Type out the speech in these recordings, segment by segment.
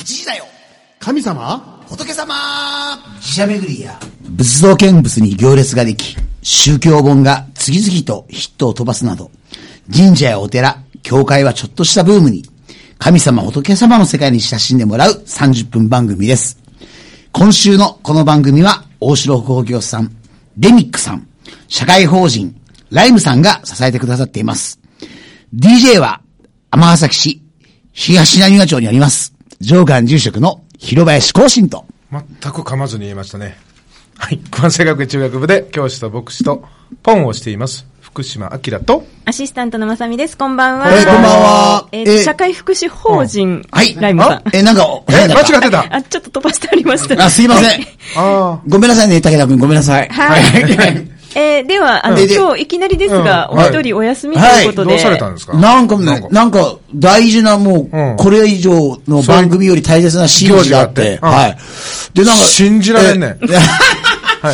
8時だよ。 神様、 仏様。寺社巡りや仏道見物に行列ができ、宗教本が次々とヒットを飛ばすなど、神社やお寺、教会はちょっとしたブームに、神様仏様の世界に親しんでもらう30分番組です。今週のこの番組は、大城工業さん、レミックさん、社会法人、ライムさんが支えてくださっています。DJ は、尼崎市、東浪速町にあります、上官住職の広林光信と。 全く噛まずに言いましたね。はい。関西学院中学部で教師と牧師とポンをしています。福島明と。 アシスタントのまさみです。こんばんは。 こんばんは。 社会福祉法人、 はい。 ライムさん。 間違ってた。 ちょっと飛ばしてありました。 すいません。ごめんなさいね、武田君。ごめんなさい。 はい。では、今日いきなりですが、お一人お休みということで。 どうされたんですか？ なんか、大事なもう、これ以上の番組より大切な行事があって。はい。 で、信じられんね。 はい。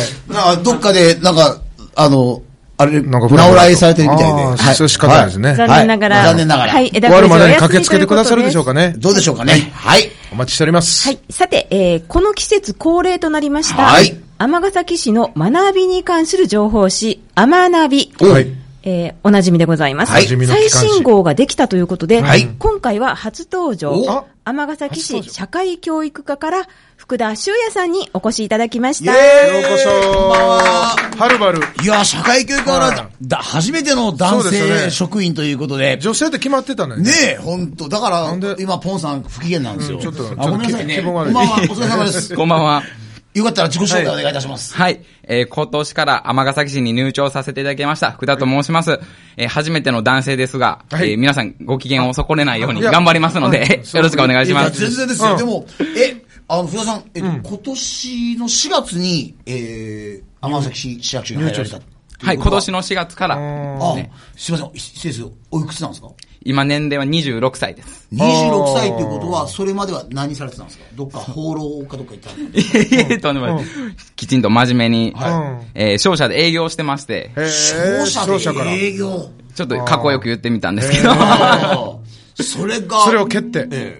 どっかで、あれ、直らいされてるみたいで。 はい。そういう仕方ですね。 残念ながら。 はい。 終わるまでに駆けつけてくださるでしょうかね。 どうでしょうかね。はい。 お待ちしております。 はい。さて、この季節恒例となりました。 はい。 尼崎市の学びに関する情報誌、あまなび。 はい。 おなじみでございます。 はい。 最新号ができたということで、 はい。 今回は初登場、尼崎市社会教育課から福田修也さんにお越しいただきました。 ようこそ。こんばんは。はるばる。 いや、社会教育課から初めての男性職員ということで。 女性って決まってたのよね。ねえ、ほんと。だから、今、ポンさん不機嫌なんですよ。 ちょっと、 ごめんなさいね。 気分悪い。 こんばんは。お疲れ様です。 こんばんは。 よかったら自己紹介お願いいたします。 はい。今年から尼崎市に入庁させていただきました、福田と申します。初めての男性ですが、皆さんご機嫌を損ねないように頑張りますので、よろしくお願いします。 全然ですよ。でも、福田さん、今年の4月に、尼崎市市役所に入られた。 はい、今年の4月から。 すいません、失礼ですよ。おいくつなんですか？ 今年齢は26歳です。 26歳っていうことは、それまでは何されてたんですか？どっか放浪かどっか行ったんですか？ とんでもない。きちんと真面目に、商社で営業してまして。 商社で営業。 ちょっとかっこよく言ってみたんですけど。 それを蹴って。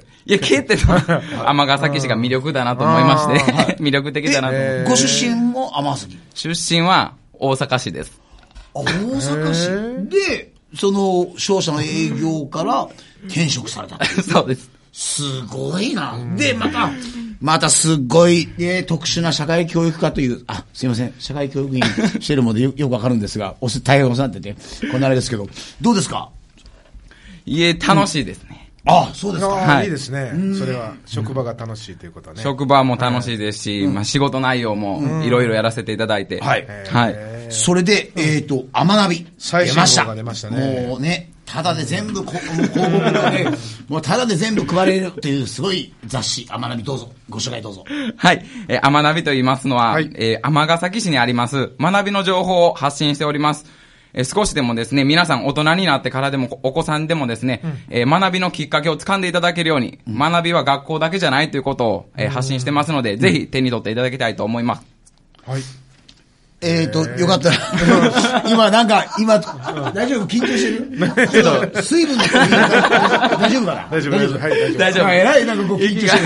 いや、蹴って尼崎市が魅力だなと思いまして、魅力的だなと思って。 ご出身も尼崎？ 出身は大阪市です。 大阪市で、その商社の営業から転職された。 そうです。 すごいな。で、またすごい、特殊な社会教育科という、すいません、社会教育員してるのでよくわかるんですが、大変お世話になってて、こんなあれですけど、どうですか？ いえ、楽しいですね。 そうですか。 はい。いいですね。それは、職場が楽しいということはね。 職場も楽しいですし、仕事内容もいろいろやらせていただいて。 はい。 はい。 それで、あまなび。 最新号が出ましたね。 もうね、ただで全部、広告がね、もうただで全部配れるというすごい雑誌、あまなびどうぞ。ご紹介どうぞ。 はい。あまなびと言いますのは、尼崎市にあります、学びの情報を発信しております。少しでもですね、皆さん大人になってからでもお子さんでもですね、学びのきっかけを掴んでいただけるように、学びは学校だけじゃないということを、発信してますので、ぜひ手に取っていただきたいと思います。 はい。 よかったら、今、大丈夫？緊張してる？水分の大丈夫かな？ 大丈夫。はい、 大丈夫。 偉い、緊張してる。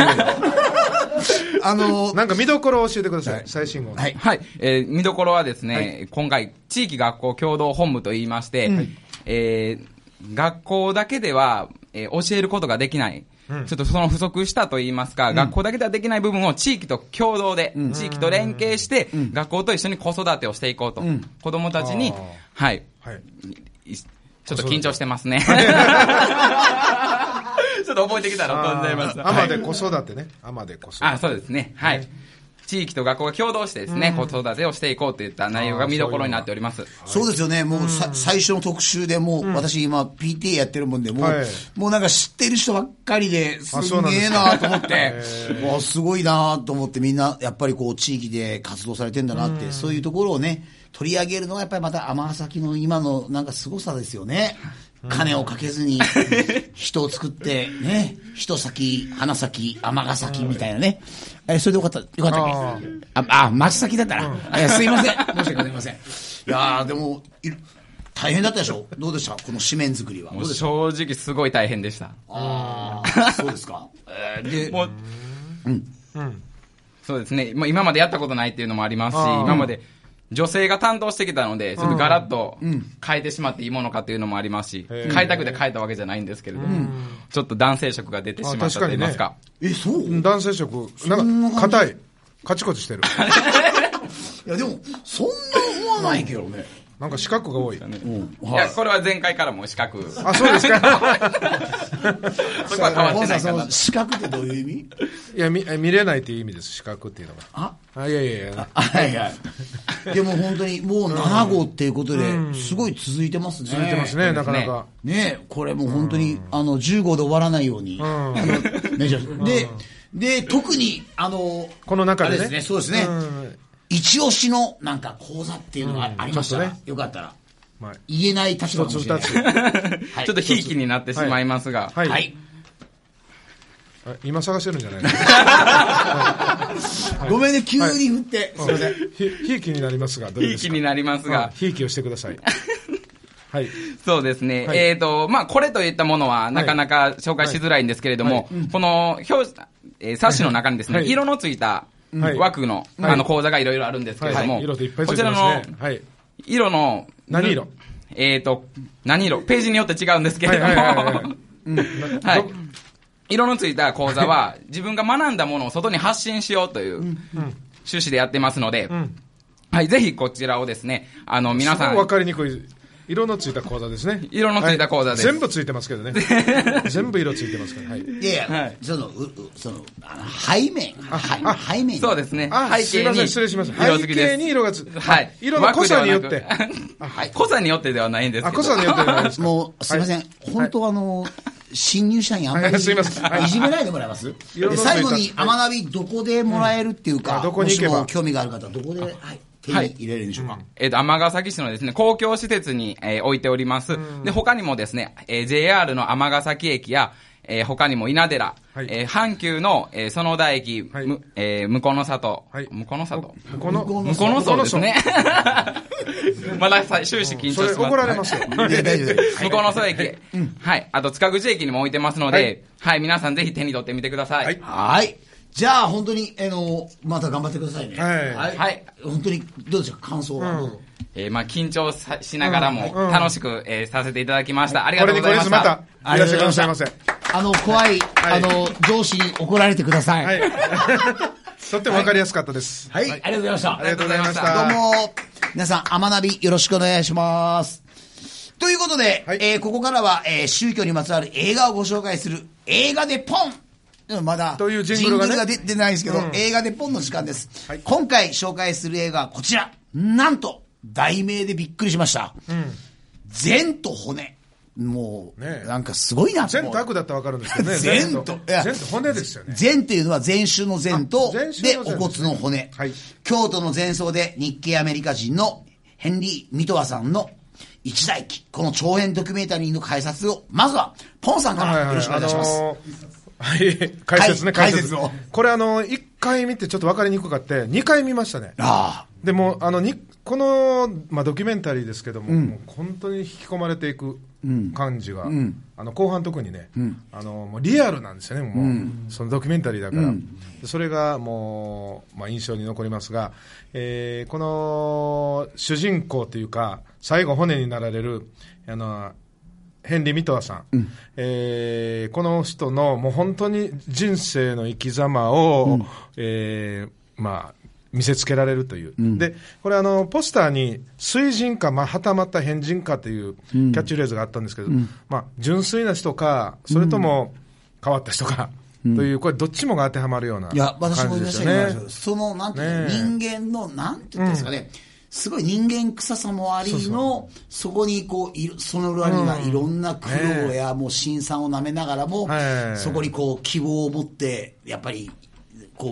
なんか見どころを教えてください。最新号。 はい。見どころはですね、今回、地域学校共同本部と言いまして、学校だけでは、教えることができない。ちょっとその不足したと言いますか、学校だけではできない部分を地域と共同で、地域と連携して、学校と一緒に子育てをしていこうと。子供たちに、はい。ちょっと緊張してますね。ちょっと覚えてきたらとんでます。 アマで子育てね。アマで子育て。 そうですね。はい。地域と学校が共同してですね、子育てをしていこうといった内容が見どころになっております。 そうですよね。もう最初の特集でもう、私今 PTA やってるもんで、もうなんか知ってる人ばっかりですげえなと思って、すごいなと思って、みんなやっぱりこう地域で活動されてんだなって、そういうところをね、取り上げるのがやっぱりまた尼崎の今のなんか凄さですよね。金をかけずに人を作ってね、人先、花先、尼崎みたいなね。それでよかったっけ？町先だったら。すいません。申し訳ございません。いやー、でも、 大変だったでしょ？どうでしたこの紙面作りは。 もう正直すごい大変でした。 ああ、そうですか。で、 もう、そうですね。もう今までやったことないっていうのもありますし、今まで女性が担当してきたので、ちょっとガラッと変えてしまっていいものかっていうのもありますし、変えたくて変えたわけじゃないんですけれども、ちょっと男性色が出てしまったと言いますか。 そう？男性色、なんか硬い。カチコチしてる。 いやでも、そんな思わないけどね。 なんか四角が多い。 いや、これは前回からも四角。 あ、そうですか。 そこは変わってないかな。 四角ってどういう意味？ いや、見れないっていう意味です、四角っていうのが。いやいやいや。 はいはい。でも本当にもう7号っていうことで、すごい続いてますね。 続いてますね、なかなか。 ね、これもう本当に、10号で終わらないように。メジャーで、特に、 この中でね。 そうですね。一押しのなんか講座っていうのがありましたら、よかったら、言えない立場かもしれない。 ちょっとひいきになってしまいますが。 はい。 今探してるんじゃないですか。 ごめんね、急に振って。すいません。 ひいきになりますが、 ひいきになりますが。 ひいきをしてください。はい。 そうですね。まあ、これといったものはなかなか紹介しづらいんですけれども、この冊子の中にですね、色のついた枠の講座がいろいろあるんですけれども、こちらの色の、 何色？ 何色？ページによって違うんですけれども、はい。色のついた講座は自分が学んだものを外に発信しようという趣旨でやってますので、はい、ぜひこちらをですね、皆さん。 すごいわかりにくい。色のついた講座ですね。 色のついた講座です。 全部ついてますけどね。全部色ついてますから。はい。 いやいや、背面。背面。 そうですね。 背景に。失礼します。背景に色がはい。色の濃さによって。 濃さによってではないんですけど。 濃さによってではないですか。 もう、すいません。本当新入社員あんまりいじめないでもらえます？最後に甘ナビどこでもらえるっていうか、 どこに行けば興味がある方、どこで、手に入れるんでしょうか？ 尼崎市のですね、公共施設に、置いております。で、他にもですね、JR の尼崎駅や、他にも稲寺、阪急の、園田駅、向こうの里、向こうの里向こうの里ですね。まだ終始緊張します。 それ怒られますよ。 向こうの里駅。はい。あと、塚口駅にも置いてますので、はい、皆さんぜひ手に取ってみてください。 はい。じゃあ、本当に、また頑張ってくださいね。 はい。 本当に、どうでしょうか、感想は。 まあ、緊張しながらも、楽しく、させていただきました。ありがとうございました。 これにまた、いらっしゃいませませ。 怖い、上司に怒られてください。はい。 とってもわかりやすかったです。 はい、ありがとうございました。 ありがとうございました。 どうも、皆さん、甘ナビよろしくお願いします。ということで、ここからは、宗教にまつわる映画をご紹介する、映画でポンまだというジングルが出てないんですけど、映画でポンの時間です。今回紹介する映画はこちら。なんと、題名でびっくりしました。善と骨。もう、なんかすごいな。 善と悪だったらわかるんですけどね。 善と骨ですよね。 善っていうのは禅宗の禅と、で、お骨の骨。京都の禅僧で日系アメリカ人のヘンリー・ミトワさんの一代記。この長編ドキュメンタリーの解説を、まずは、ポンさんからよろしくお願いします。 はい、解説を。これ1回見てちょっと分かりにくかって、2回見ましたね。でも、この、ドキュメンタリーですけども、もう本当に引き込まれていく感じが、後半特にね、もうリアルなんですよね、もう、そのドキュメンタリーだから。それがもう、印象に残りますが、この主人公というか、最後骨になられる、ヘンリー・ミトワさん、この人のもう本当に人生の生き様を、見せつけられるという、でこれポスターに水人か、はたまた変人かというキャッチフレーズがあったんですけど、純粋な人かそれとも変わった人か、というこれどっちもが当てはまるような感じですよね。 私もそのなんていう人間のなんて言うんですかね、すごい人間臭さもありの、そこにこう、その裏にはいろんな苦労や、もう辛酸を舐めながらも、そこにこう、希望を持って、やっぱり、こう、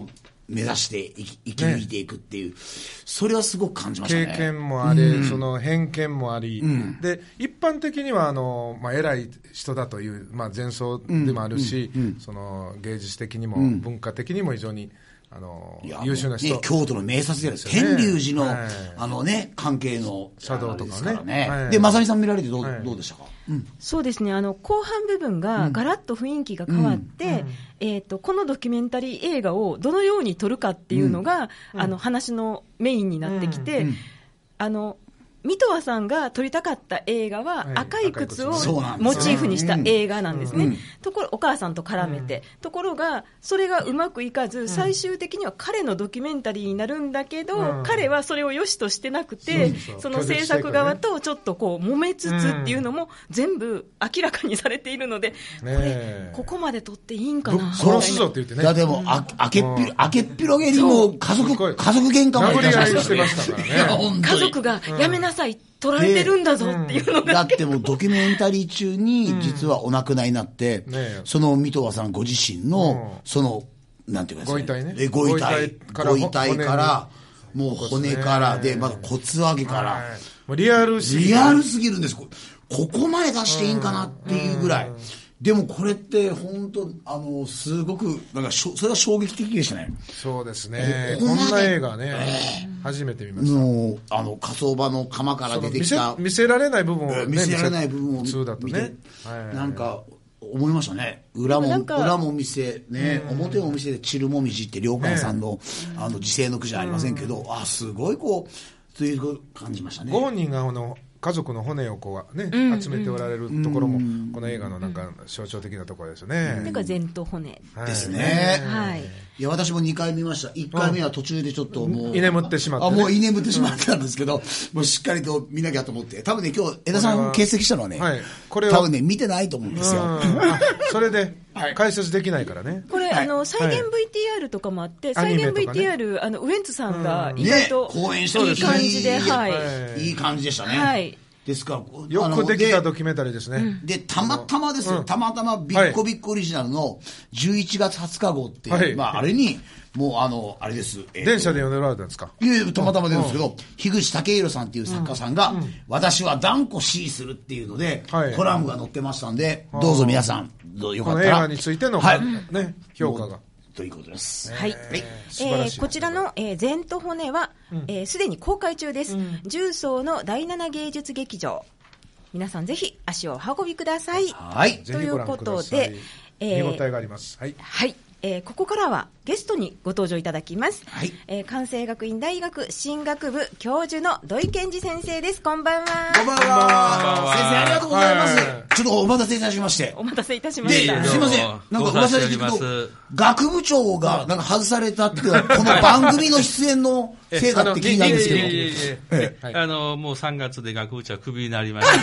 目指して生き抜いていくっていう、それはすごく感じましたね。 経験もあり、その偏見もあり、で一般的には偉い人だという、前奏でもあるし、その芸術的にも文化的にも非常に優秀な人、 京都の名刹ですよね。天龍寺の、関係の茶道とかね。 で、まさみさん見られてどうでしたか？ そうですね、後半部分がガラッと雰囲気が変わって、このドキュメンタリー映画をどのように撮るかっていうのが、話のメインになってきて、三輪さんが撮りたかった映画は赤い靴をモチーフにした映画なんですね。ところお母さんと絡めて、ところがそれがうまくいかず、最終的には彼のドキュメンタリーになるんだけど、彼はそれを良しとしてなくて、その制作側とちょっとこう揉めつつっていうのも全部明らかにされているので、ここまで撮っていいんかな。 殺すぞって言ってね。 いやでも明けっぴろげにも家族喧嘩も殴り合いしてましたからね。 家族がやめなさい、撮られてるんだぞっていうのが、 だってもうドキュメンタリー中に実はお亡くなりになって、その三輪さんご自身のそのなんていうかご遺体ね、 ご遺体からもう骨からでまだ骨上げから、 リアルすぎるんです。ここまで出していいんかなっていうぐらい。でもこれって本当すごくなんかそれは衝撃的でしたね。 そうですね。こんな映画ね、初めて見ました。 火葬場の窯から出てきた見せられない部分をね、 見せられない部分を見て、なんか思いましたね。裏も見せね、表も見せで散るもみじって良寛さんの時世の句じゃありませんけど、すごいこうという感じましたね。 ご本人が家族の骨をこうね、集めておられるところも、この映画のなんか象徴的なところですよね。 なんか前頭骨ですね。 はい。 いや、私も2回見ました。1回目は途中でちょっともう。 居眠ってしまって。 もう居眠ってしまったんですけど、もうしっかりと見なきゃと思って。多分ね、今日、江田さん欠席したのはね、これ多分ね、見てないと思うんですよ。 それで、解説できないからね。 これ、再現 VTR とかもあって、再現 VTR、ウエンツさんが意外といい感じで、 いい感じでしたね。 はい。 ですからよくできたドキュメンタリーですね。 で、たまたまですよ、たまたまビッコビッコオリジナルの11月20日号っていう、あれに、もうあれです。 電車で読んでおられたんですか？ いやいや、たまたま出るんですけど、樋口武宏さんっていう作家さんが、私は断固支持するっていうので、コラムが載ってましたんで、どうぞ皆さん、よかったら。この映画についての評価が。 ということです。 はい。こちらの前途骨はすでに公開中です。重曹の第7芸術劇場。皆さんぜひ足をお運びください。 はい。 ということで、 見応えがあります。はい。 はい。ここからはゲストにご登場いただきます。 はい。 関西学院大学進学部教授の土井健二先生です。こんばんは。 こんばんは。先生ありがとうございます。ちょっとお待たせいたしまして。 お待たせいたしました。 すいません。なんか噂で聞くと、学部長がなんか外されたっていうこの番組の出演のせいだって聞いたんですけど。もう3月で学部長はクビになりまして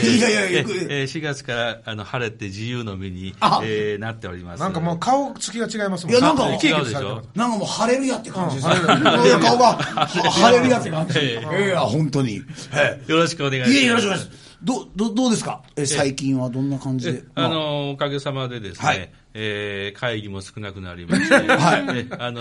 、4月から晴れて自由の身になっております。 なんかもう顔つきが違いますもんね。 いや、なんか違うでしょ。 なんかもうハレルヤって感じですね。顔がハレルヤって感じ。いや、本当に。よろしくお願いします。 いえ、よろしくお願いします。どうですか？最近はどんな感じで？ おかげさまでですね、会議も少なくなりまして、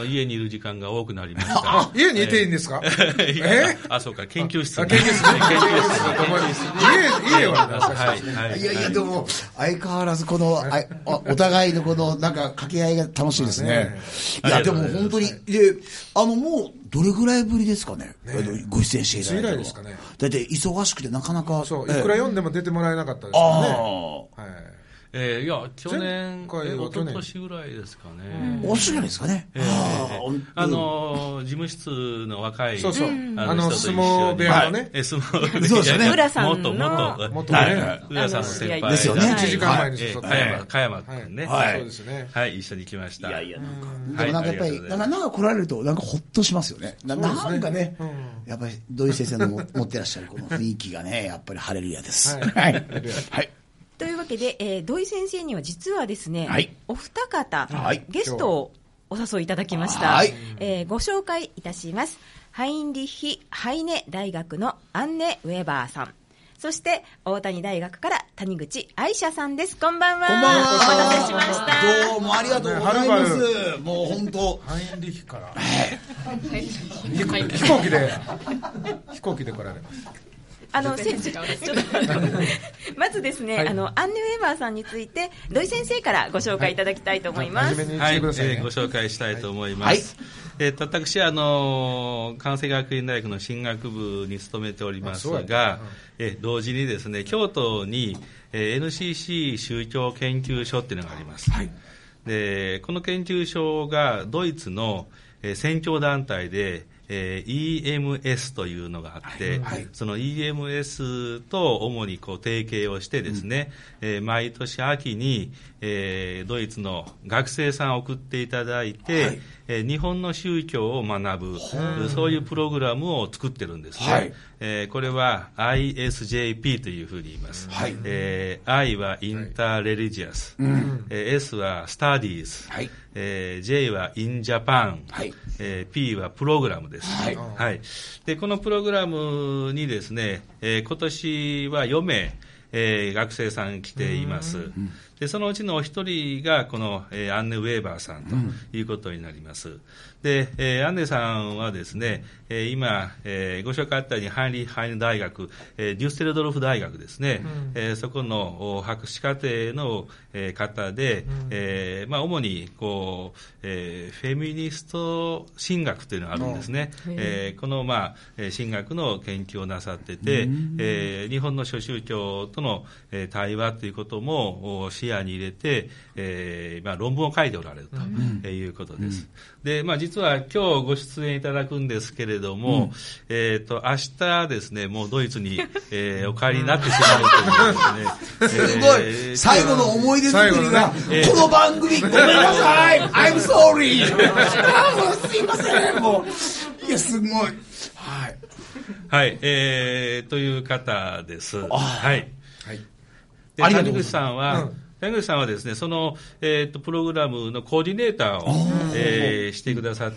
家にいる時間が多くなりました。 家にいていいんですか？ そうか、研究室。 研究室ね。家はいやいや、でも、相変わらずこの、お互いのこの、なんか掛け合いが楽しいですね。いや、でも本当に、もう、どれぐらいぶりですかね、ご出演していただいたのは。 ですかね。 だって忙しくてなかなか。 そう、いくら読んでも出てもらえなかったですからね。 いや、去年、一昨年ぐらいですかね。 おしぐらいですかね。 事務室の若い、 そうそう、相撲部屋のね。 相撲部屋。 そうですよね。 浦さんの。 元ね。 浦さんの先輩。 ですよね。 1時間前に加山君ね。 そうですね。 はい、一緒に来ました。 いやいや、なんかやっぱり、なんか来られると、なんかほっとしますよね。なんかね、やっぱり土井先生の持ってらっしゃるこの雰囲気がね、やっぱりハレルヤです。はい。 というわけで、土井先生には実はですね、お二方、ゲストをお誘いいただきました。ご紹介いたします。ハインリッヒ・ハイネ大学のアンネ・ウェーバーさん。そそして大谷大学から谷口愛車さんです。こんばんは。 こんばんは。 お待たせしました。 どうもありがとうございます。もう本当。 ハインリヒから。飛行機で来られます。 先生、ちょっとまずですね、アンネ・ウェーバーさんについて土井先生からご紹介いただきたいと思います。 はい、ご紹介したいと思います。私関西学院大学の進学部に勤めておりますが、同時にですね、京都に、NCC 宗教研究所っていうのがあります。でこの研究所がドイツの、宣教団体でEMS というのがあって、その EMS と主に提携をしてですね、毎年秋に、ドイツの学生さんを送っていただいて、日本の宗教を学ぶ、そういうプログラムを作ってるんですね。これは ISJP というふうに言います。I はインターレリジアス、S はスタディーズ、J はインジャパン、P はプログラムです。でこのプログラムにですね、今年は4名、学生さん来ています。でそのうちのお一人がこの、アンネ・ウェーバーさんということになります。で、アンネさんはですね、今、ご紹介あったようにハインリヒ大学、デュッセルドルフ大学ですね、そこの博士課程の、方で、主にフェミニスト神学というのがあるんですね。この、神学の研究をなさってて、日本の諸宗教との、対話ということも視野に入れて、論文を書いておられるということです。で、実は今日ご出演いただくんですけれども、明日ですね、もうドイツに、お帰りになってしまうというですね。 すごい、最後の思い出作りが、この番組ごめんなさい I'm sorry すいませんもういやすごいという方です。 谷口さんは、谷口さんはですね、その、プログラムのコーディネーターを、してくださって、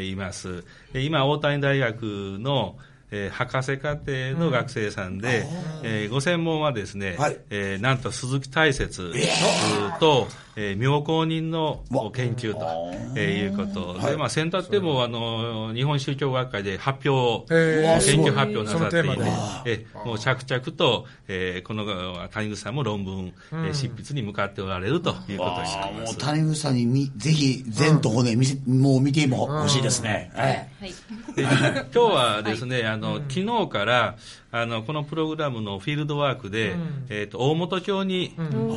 います。今、大谷大学の、博士課程の学生さんで、ご専門はですね、なんと鈴木大拙と、妙高人の研究ということで、先立っても日本宗教学会で発表、研究発表なさっていて、もう着々と、この谷口さんも論文、執筆に向かっておられるということになります。 谷口さんにぜひ前途をね、もう見ても欲しいですね。 今日はですね、昨日からこのプログラムのフィールドワークで、大本町に、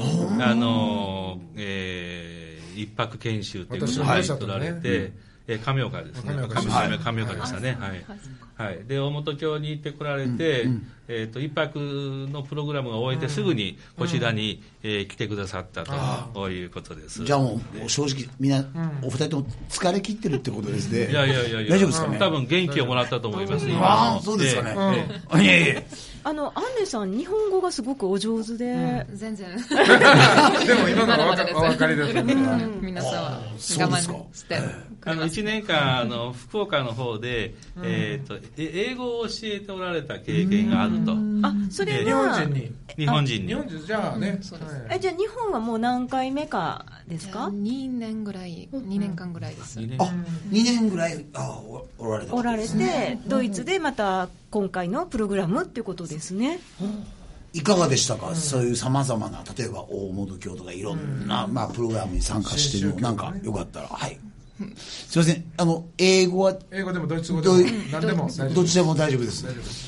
一泊研修ということで取られて、亀岡ですね。亀岡でしたね。で、大本町に行ってこられて、一泊のプログラムを終えてすぐにこちらに、来てくださったということです。 じゃあもう正直みんなお二人とも疲れ切ってるってことですね。 いや大丈夫ですかね。 多分元気をもらったと思います。 そうですかね。アンネさん日本語がすごくお上手で、 全然でも今のはお分かりです。 皆さんは我慢して 1年間福岡の方で、英語を教えておられた経験があると。 それは日本人にじゃあね。 じゃあ日本はもう何回目かですか ？2年間ぐらいです。 2年ぐらいおられて、ドイツでまた今回のプログラムっていうことですね。 いかがでしたか？そういうさまざまな、例えば大本教とかいろんな、プログラムに参加してるの、なんかよかったら。すいません、英語でもドイツ語でも何でもどっちでも大丈夫です。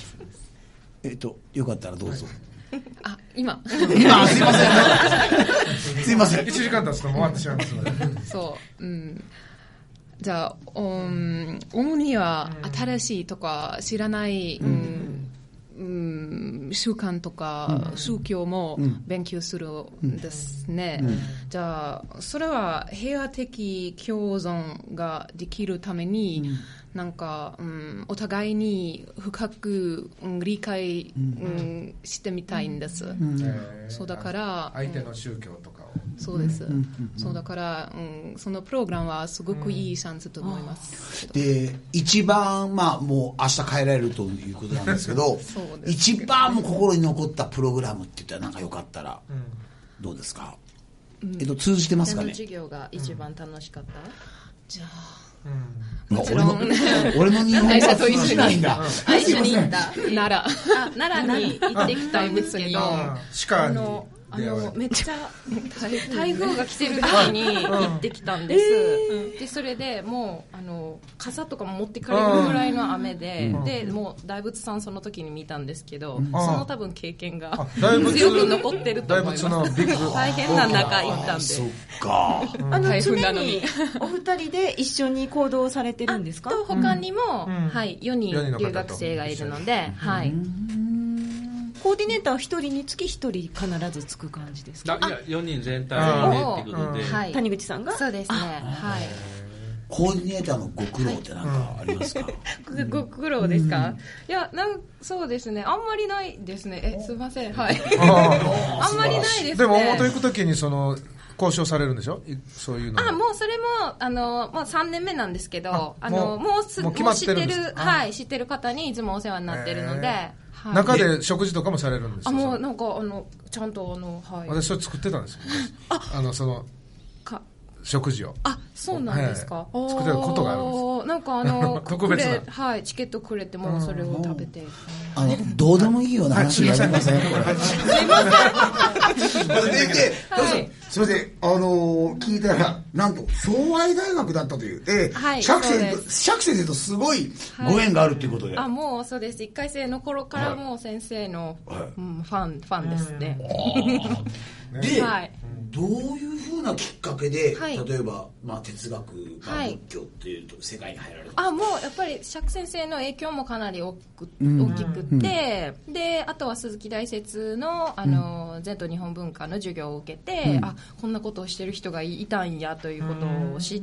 よかったらどうぞ。 今すいませんすいません、 1時間経つともう終わってしまいますので。 そう、じゃあ主には新しいとか知らない、習慣とか宗教も勉強するんですね。じゃあそれは平和的共存ができるために、なんか、お互いに深く理解、してみたいんです。そうだから相手の宗教とかをそうです。そうだから、そのプログラムはすごくいいチャンスと思います。 で、一番、もう明日帰られるということなんですけど、一番もう心に残ったプログラムって言ったらなんかよかったら、どうですか？通じてますかね？ 授業が一番楽しかった？ じゃあ、 俺の日本語は通じないんだ。 一緒に行った奈良に行ってきたんですけど、 めっちゃ台風が来てる時に行ってきたんです、でそれでもう傘とかも持ってかれるぐらいの雨で、でもう大仏さんその時に見たんですけど、その多分経験が強く残ってると思います。大変な中行ったんで。 そっか。 常にお二人で一緒に行動されてるんですか？ と他にも、4人留学生がいるので、 コーディネーターは一人につき一人必ずつく感じですか？ いや、4人全体でってことで、 谷口さんが？ そうですね。 コーディネーターのご苦労って何かありますか？ ご苦労ですか？いや、そうですね。あんまりないですね。すいません。あんまりないですね。 でも、表行くときに交渉されるんでしょ？そういうの。 もうそれも、もう3年目なんですけど、もう知ってる方にいつもお世話になってるので、 中で食事とかもされるんですか？ もうなんかちゃんと私それ作ってたんですよ。食事を。 そうなんですか？ 作ってたことがあるんです。 なんか特別なチケットくれてもそれを食べて。 どうでもいいような話がありません？すいません。すいません。聞いたら、なんと、総愛大学だったという。釈先生とすごいご縁があるということで。 もうそうです。1回生の頃からもう先生のファンですね。 で、どういうふうなきっかけで、例えば、哲学、仏教っていう世界に入られた？ もうやっぱり釈先生の影響もかなり大きくて、で、あとは鈴木大拙の前途日本文化の授業を受けて、こんなことをしてる人がいたんやということを知って、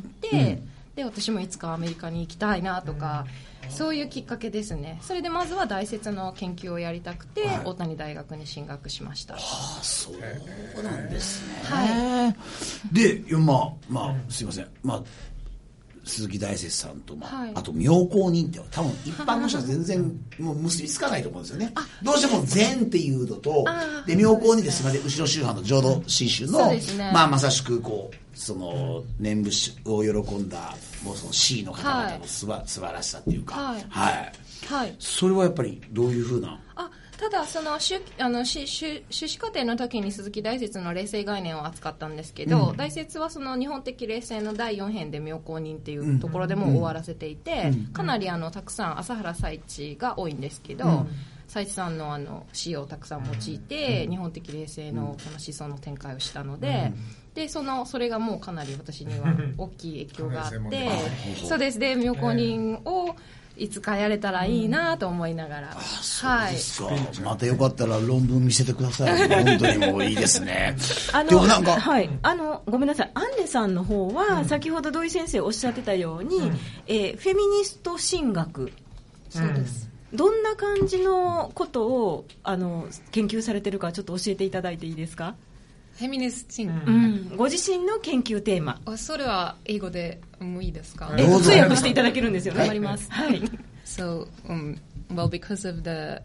で、私もいつかアメリカに行きたいなとか、そういうきっかけですね。それでまずは大拙の研究をやりたくて、大谷大学に進学しました。 そうなんですね。で、すいません。鈴木大拙さんと、あと妙高人って多分一般の人は全然もう結びつかないと思うんですよね。どうしても禅っていうのと、で妙高人ってすみません、後ろ宗派の浄土真宗の、まさしくその念仏を喜んだもうその C の方々の素晴らしさっていうか、それはやっぱりどういうふうな？ ただ修士課程の時に鈴木大拙の冷静概念を扱ったんですけど、大拙はその日本的冷静の第4編で妙高人っていうところでも終わらせていて、かなりたくさん朝原才知が多いんですけど、才知さんの詩をたくさん用いて、日本的冷静のその思想の展開をしたので、でそれがもうかなり私には大きい影響があってそうです。で妙高人をいつかやれたらいいなと思いながら。 そうですか。またよかったら論文見せてください。本当にもういいですね。 でもなんかごめんなさい。アンネさんの方は、先ほど土井先生おっしゃってたように、フェミニスト神学。 そうです。 どんな感じのことを研究されてるかちょっと教えていただいていいですか？ フェミニスト神学。 ご自身の研究テーマ。 それは英語でもいいですか？ 通訳していただけるんですよね。 頑張ります。はい。So, well, because of the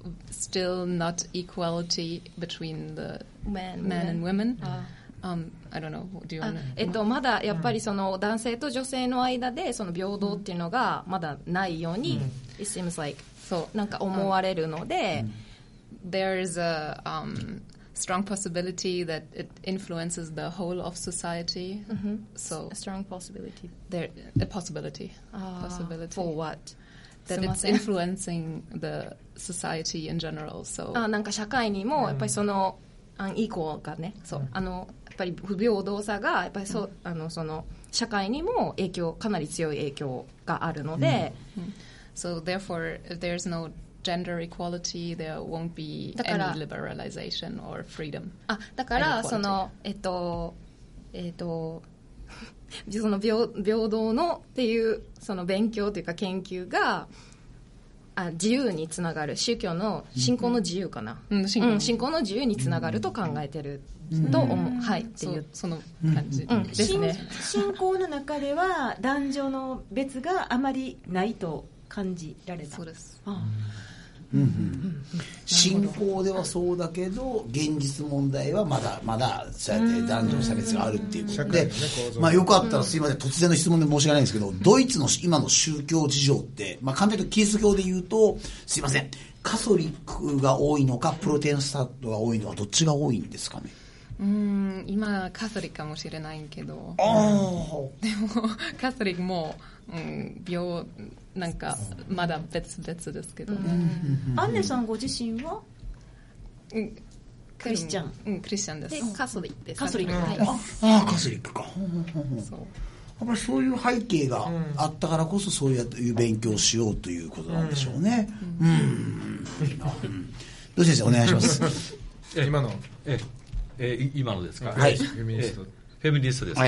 still not equality between the men and women, I don't know. Do you want まだやっぱりその男性と女性の間でその平等っていうのがまだないように、it seems like なんか思われるので、 there's a strong possibility that it influences the whole of society. So a strong possibility. A possibility. For what? That it's influencing the society in general. So なんか社会にもやっぱりそのイコがね、やっぱり不平等さがやっぱりその社会にもかなり強い影響があるので、 So therefore, if there's no gender equality, there won't be any liberalization or freedom. だからそのその平等のっていうその勉強というか研究が自由につながる、宗教の信仰の自由かな、信仰の自由につながると考えてると思う、はい、っていうその感じですね。 信仰の中では男女の別があまりないと感じられた。 そうです。 信仰ではそうだけど現実問題はまだそうやって男女の差別があるっていうことで、よかったらすいません、突然の質問で申し訳ないんですけど、ドイツの今の宗教事情って、簡単に言うとキリスト教で言うと、すいません、カソリックが多いのかプロテスタントが多いのか、どっちが多いんですかね。 今カソリックかもしれないけど、でもカソリックも、なんかまだ別々ですけどね。 アンネさんご自身はクリスチャン、 クリスチャンです。 カソリックです。 カソリック、 カソリックか。やっぱりそういう背景があったからこそそういう勉強をしようということなんでしょうね。どう先生お願いします。 今の今のですか。 はい。 フェミニストですか。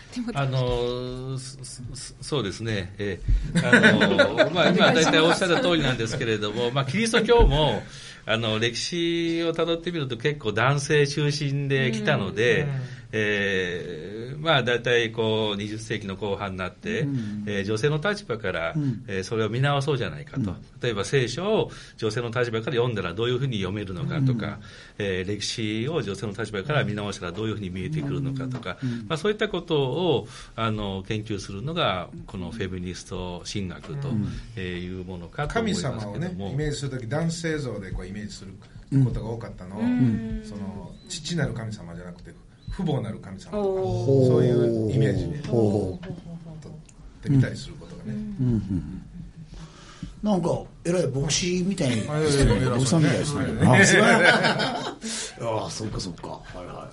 そうですね。今大体おっしゃった通りなんですけれども、キリスト教も歴史をたどってみると結構男性中心で来たので、大体20世紀の後半になって、女性の立場から、それを見直そうじゃないかと。例えば聖書を女性の立場から読んだらどういうふうに読めるのかとか、歴史を女性の立場から見直したらどういうふうに見えてくるのかとか、そういったことを研究するのがこのフェミニスト神学というものかと思いますけども、 神様をねイメージするとき男性像でイメージすることが多かったのを、その父なる神様じゃなくて父母なる神様とか、そういうイメージで取ってみたりすることがね、 なんかえらい牧師みたいに牧さんみたいですね。ああ、そうかそうか。はいはい。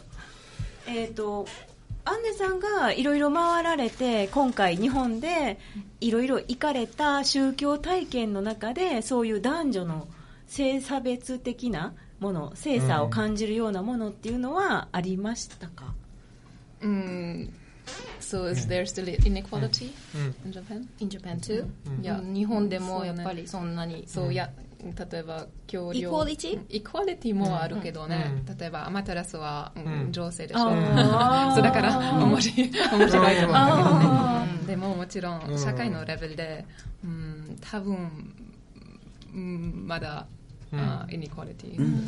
アンネさんがいろいろ回られて、今回日本でいろいろ行かれた宗教体験の中で、そういう男女の性差別的なもの、性差を感じるようなものっていうのはありましたか ？So is there still inequality in Japan? In Japan too? いや、日本でもやっぱりそんなに、例えば協力イクワリティもあるけどね、例えばアマテラスは女性でしょ。そうだから面白いと思うんだけどね。でももちろん社会のレベルで、多分まだイネクワリティです。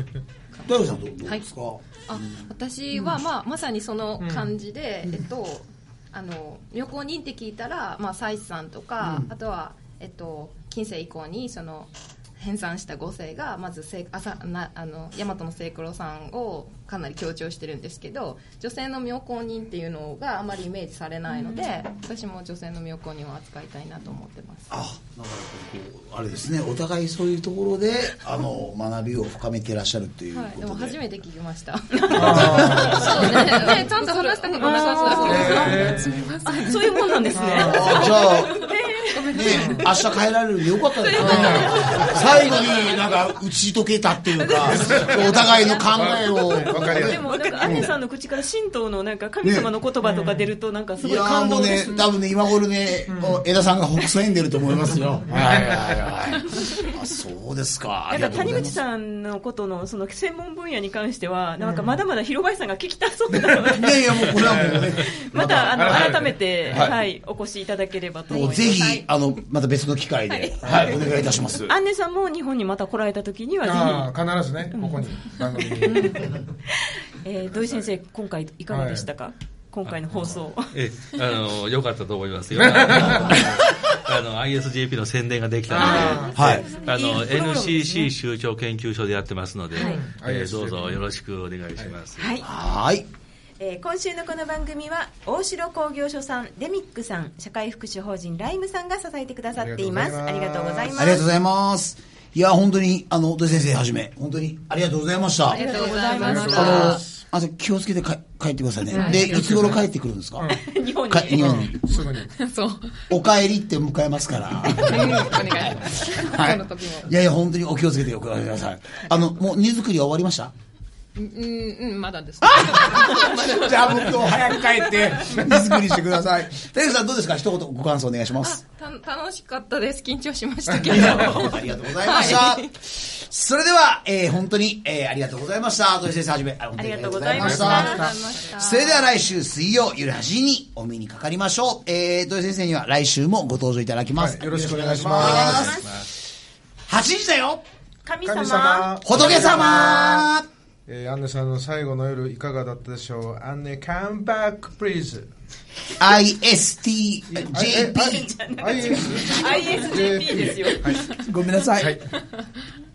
大悟さんどうですか？ 私はまさにその感じで、旅行人って聞いたら、妻子さんとか、あとは近世以降にその編纂した五世がまず大和の清九郎さんをかなり強調してるんですけど、女性の妙高人っていうのがあまりイメージされないので、私も女性の妙高人を扱いたいなと思ってます。 あれですね、お互いそういうところで学びを深めていらっしゃるということで、 でも初めて聞きました。そうね、ちゃんと話したことなかったです。すみません。 そういうもんなんですね。 じゃあ明日帰られるでよかったですね。最後になんか打ち解けたっていうか、お互いの考えを。 でもなんかアンネさんの口から神道のなんか神様の言葉とか出るとなんかすごい感動です。 多分ね今頃ね、枝さんが北斎んでると思いますよ。そうですか。 なんか谷口さんのことのその専門分野に関してはなんかまだまだ広林さんが聞きたそうなので。 いやもうこれはもうね。 また改めてお越しいただければと思います。 ぜひまた別の機会でお願いいたします。 アンネさんも日本にまた来られた時にはぜひ必ずねここに番組に。 土井先生今回いかがでしたか？今回の放送。 良かったと思いますよ。ISJP の宣伝ができたので、NCC 宗教研究所でやってますので、どうぞよろしくお願いします。 はい。 今週のこの番組は大城工業所さん、デミックさん、社会福祉法人ライムさんが支えてくださっています。ありがとうございます。 ありがとうございます。いや本当に土井先生はじめ本当にありがとうございました。 ありがとうございました。 気をつけて帰ってくださいね。でいつ頃帰ってくるんですか？ 日本に。 すぐに。 そう。 お帰りって迎えますから。 お願いします。 いや本当にお気をつけておください。もう荷造りは終わりました？ まだです。 じゃあ僕を早く帰って荷造りしてください。テレビさんどうですか、一言ご感想お願いします。 楽しかったです。緊張しましたけど。 ありがとうございました。はい、それでは、本当に、ありがとうございました。土井先生はじめ、 ありがとうございました。 それでは来週水曜夜8時にお目にかかりましょう。土井先生には来週もご登場いただきます。 はい、よろしくお願いします。 8時だよ。 神様。 仏様。 アンネさんの最後の夜いかがだったでしょう。アンネ、come back please。 ISTJP。 ISJP ですよ。 ごめんなさい。 はい